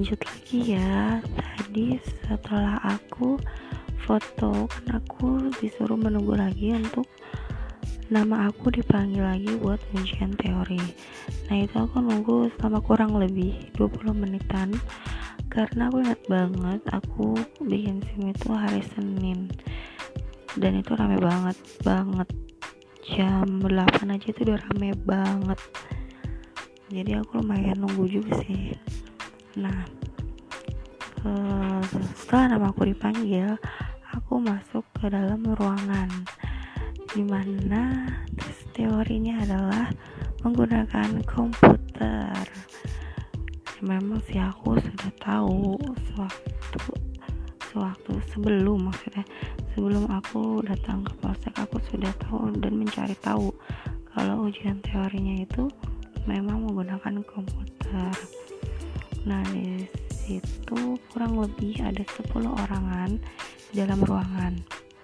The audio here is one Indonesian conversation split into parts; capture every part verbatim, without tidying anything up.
lanjut lagi ya. Tadi setelah aku foto, kan aku disuruh menunggu lagi untuk nama aku dipanggil lagi buat ujian teori. Nah itu aku nunggu selama kurang lebih dua puluh menitan, karena aku ingat banget aku bikin SIM itu hari Senin, dan itu rame banget banget jam delapan aja itu udah rame banget. Jadi aku lumayan nunggu juga sih. Nah uh, setelah nama aku dipanggil, aku masuk ke dalam ruangan dimana tes teorinya adalah menggunakan komputer. Memang sih aku sudah tahu sewaktu sewaktu sebelum maksudnya sebelum aku datang ke polsek, aku sudah tahu dan mencari tahu kalau ujian teorinya itu memang menggunakan komputer. Nah di situ kurang lebih ada sepuluh orangan di dalam ruangan.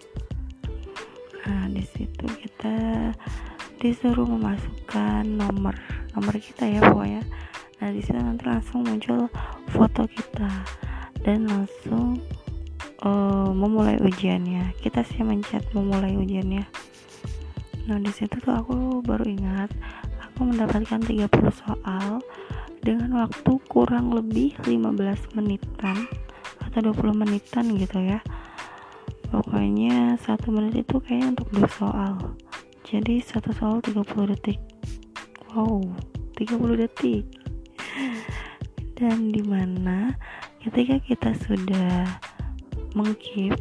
Nah di situ kita disuruh memasukkan nomor nomor kita ya pokoknya. Nah di situ nanti langsung muncul foto kita dan langsung uh, memulai ujiannya. Kita sih mencet memulai ujiannya. Nah di situ tuh aku baru ingat aku mendapatkan tiga puluh soal dengan waktu kurang lebih lima belas menitan atau dua puluh menitan gitu ya. Pokoknya satu menit itu kayaknya untuk dua soal. Jadi satu soal tiga puluh detik. Wow, tiga puluh detik. Dan dimana ketika kita sudah meng-keep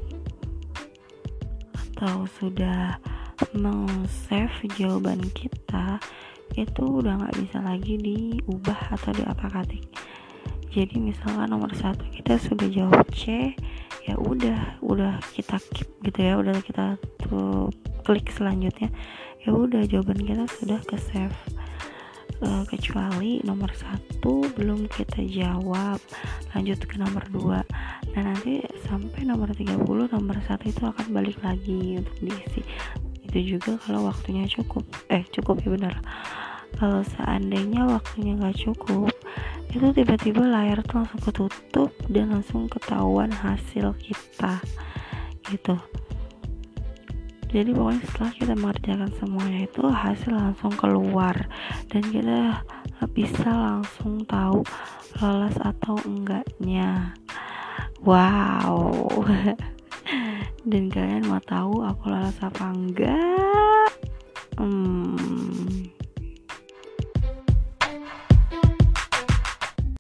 atau sudah meng-save jawaban kita, itu udah gak bisa lagi diubah atau diotak-atik. Jadi misalkan nomor satu kita sudah jawab C, ya udah udah kita keep gitu ya, udah kita tuh klik selanjutnya, ya udah jawaban kita sudah ke save. Uh, kecuali nomor satu belum kita jawab, lanjut ke nomor dua. Nah nanti sampai nomor tiga puluh, nomor satu itu akan balik lagi untuk diisi. Itu juga kalau waktunya cukup eh cukup ya benar. Kalau seandainya waktunya gak cukup, itu tiba-tiba layar tuh langsung ketutup dan langsung ketahuan hasil kita gitu. Jadi pokoknya setelah kita mengerjakan semuanya itu hasil langsung keluar dan kita bisa langsung tahu lolos atau enggaknya. Wow. Dan kalian mau tahu aku lolos apa enggak? Hmm